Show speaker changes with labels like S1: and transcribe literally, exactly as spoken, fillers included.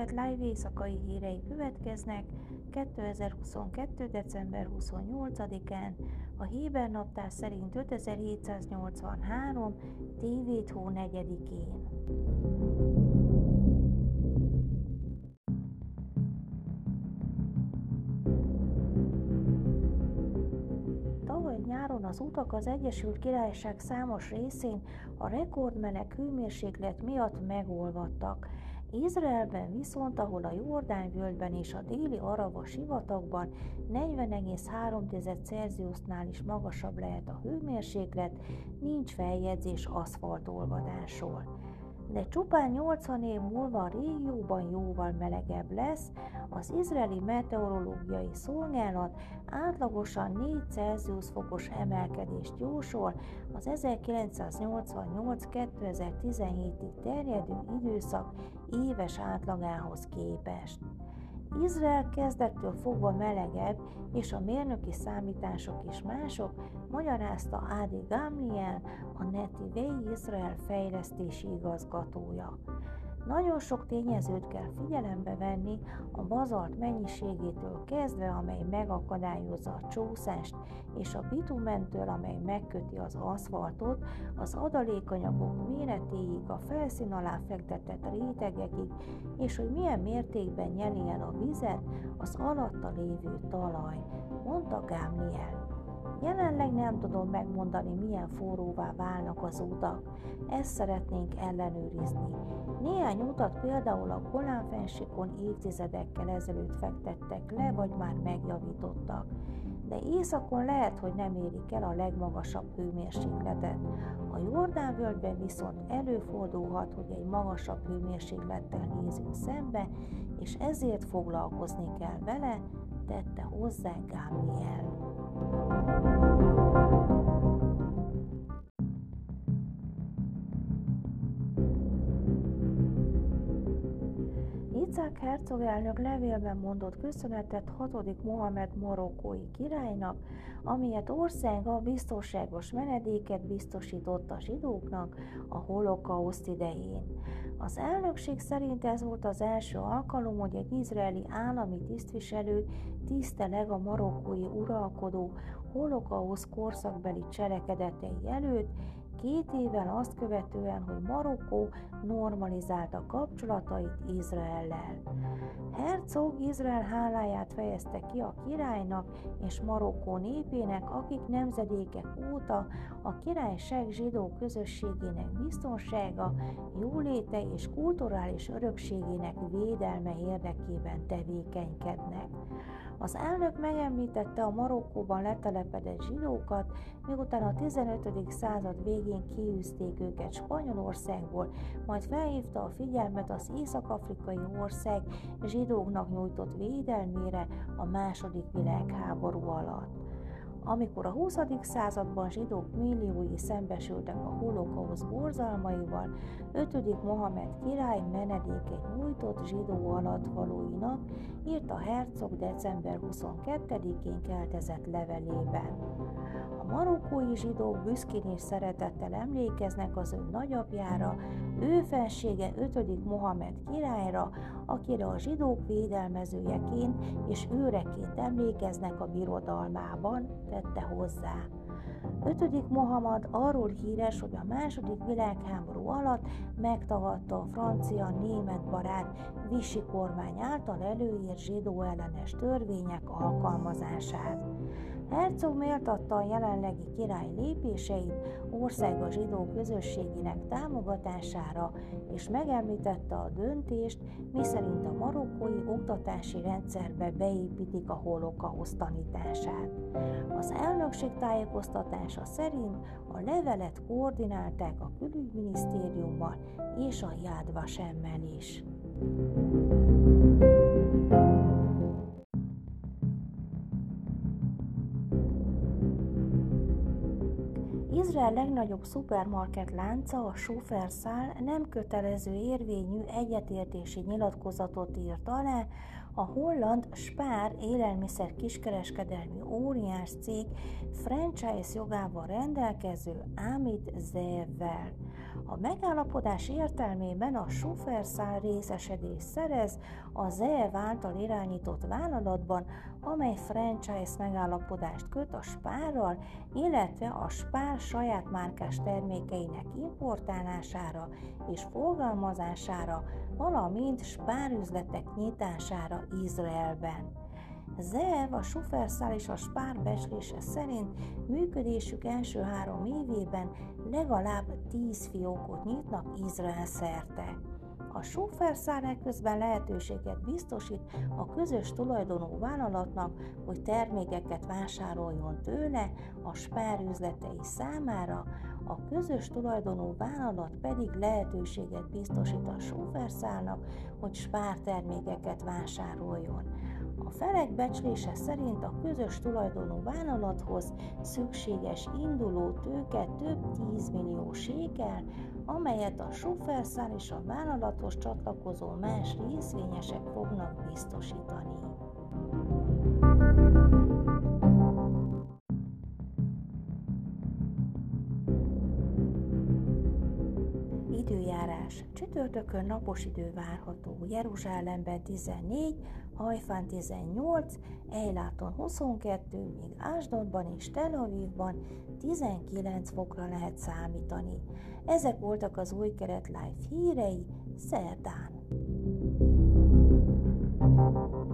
S1: Internet Live éjszakai hírei következnek kétezer-huszonkettő. december huszonnyolcadikán, a héber naptár szerint ötezer-hétszáznyolcvanhárom. Tévét hó negyedikén. Tavaly nyáron az utak az Egyesült Királyság számos részén a rekordmeleg hőmérséklet miatt megolvadtak. Izraelben viszont, ahol a Jordán-völgyben és a déli Arava sivatagban negyven egész három Celsiusnál is magasabb lehet a hőmérséklet, nincs feljegyzés aszfaltolvadásról. De csupán nyolcvan év múlva a régióban jóval melegebb lesz. Az izraeli meteorológiai szolgálat átlagosan négy Celsius fokos emelkedést jósol az ezerkilencszáznyolcvannyolc kétezer-tizenhétig terjedő időszak éves átlagához képest. Izrael kezdettől fogva melegebb, és a mérnöki számítások is mások, magyarázta Adi Gamliel, a Netivei Izrael fejlesztési igazgatója. Nagyon sok tényezőt kell figyelembe venni, a bazalt mennyiségétől kezdve, amely megakadályozza a csúszást, és a bitumentől, amely megköti az aszfaltot, az adalékanyagok méretéig, a felszín alá fektetett rétegekig, és hogy milyen mértékben nyeli el a vizet az alatta lévő talaj, mondta Gamliel. Jelenleg nem tudom megmondani, milyen forróvá válnak az utak. Ezt szeretnénk ellenőrizni. Néhány utat például a Golán-fennsíkon évtizedekkel ezelőtt fektettek le, vagy már megjavítottak. De északon lehet, hogy nem érik el a legmagasabb hőmérsékletet. A Jordán-völgyben viszont előfordulhat, hogy egy magasabb hőmérséklettel nézünk szembe, és ezért foglalkozni kell vele, tette hozzá Gamliel. Itzhak Herzog elnök levélben mondott köszönetet hatodik Mohamed marokkói királynak, amiért országa biztonságos menedéket biztosított a zsidóknak a holokauszt idején. Az elnökség szerint ez volt az első alkalom, hogy egy izraeli állami tisztviselő tiszteleg a marokkói uralkodó holokauszt korszakbeli cselekedetei előtt, két évvel azt követően, hogy Marokkó normalizálta kapcsolatait Izraellel. Herzog Izrael háláját fejezte ki a királynak és Marokkó népének, akik nemzedékek óta a királyság zsidó közösségének biztonsága, jóléte és kulturális örökségének védelme érdekében tevékenykednek. Az elnök megemlítette a Marokkóban letelepedett zsidókat, miután a tizenötödik század végén kiűzték őket Spanyolországból, majd felhívta a figyelmet az észak-afrikai ország zsidóknak nyújtott védelmére a második világháború alatt. Amikor a huszadik században zsidók milliói szembesültek a holokauszt borzalmaival, ötödik Mohamed király menedéket nyújtott zsidó alattvalóinak, írta Herzog december huszonkettedikén keltezett levelében. A marokkói zsidók büszkén és szeretettel emlékeznek az ő nagyapjára, ő fensége ötödik Mohamed királyra, akire a zsidók védelmezőjeként és őreként emlékeznek a birodalmában, tette hozzá. ötödik Mohamed arról híres, hogy a második világháború alatt megtagadta a francia-német barát Vichy kormány által előírt zsidó ellenes törvények alkalmazását. Herzog méltatta a jelenlegi király lépéseit országa zsidó közösségének támogatására, és megemlítette a döntést, miszerint a marokkói oktatási rendszerbe beépítik a holokauszt tanítását. Az elnökség tájékoztatása szerint a levelet koordinálták a külügyminisztériummal és a Yad Vashemmel is. Izrael legnagyobb szupermarket lánca, a Shufersal nem kötelező érvényű egyetértési nyilatkozatot írt alá a holland Spar élelmiszer kiskereskedelmi óriás cég franchise jogával rendelkező Amit Zeevel. A megállapodás értelmében a sofőrszál részesedést szerez a zé e vé által irányított vállalatban, amely franchise megállapodást köt a Spárral, illetve a Spár saját márkás termékeinek importálására és forgalmazására, valamint Spár üzletek nyitására Izraelben. Zeev, a sofőrszál és a Spár becslése szerint működésük első három évében legalább tíz fiókot nyitnak Izrael szerte. A sofőrszál ekközben lehetőséget biztosít a közös tulajdonú vállalatnak, hogy termékeket vásároljon tőle a Spár üzletei számára, a közös tulajdonú vállalat pedig lehetőséget biztosít a sofőrszálnak, hogy Spár termékeket vásároljon. A felek becslése szerint a közös tulajdonú vállalathoz szükséges induló tőke több tízmillió sékel, amelyet a sofőrszál és a vállalathoz csatlakozó más részvényesek fognak biztosítani. Időjárás. Csütörtökön napos idő várható, Jeruzsálemben tizennégy, Hajfán tizennyolc, Ejláton huszonkettő, míg Ásdodban és Tel Avivban tizenkilenc fokra lehet számítani. Ezek voltak az Új Kelet Live hírei szerdán.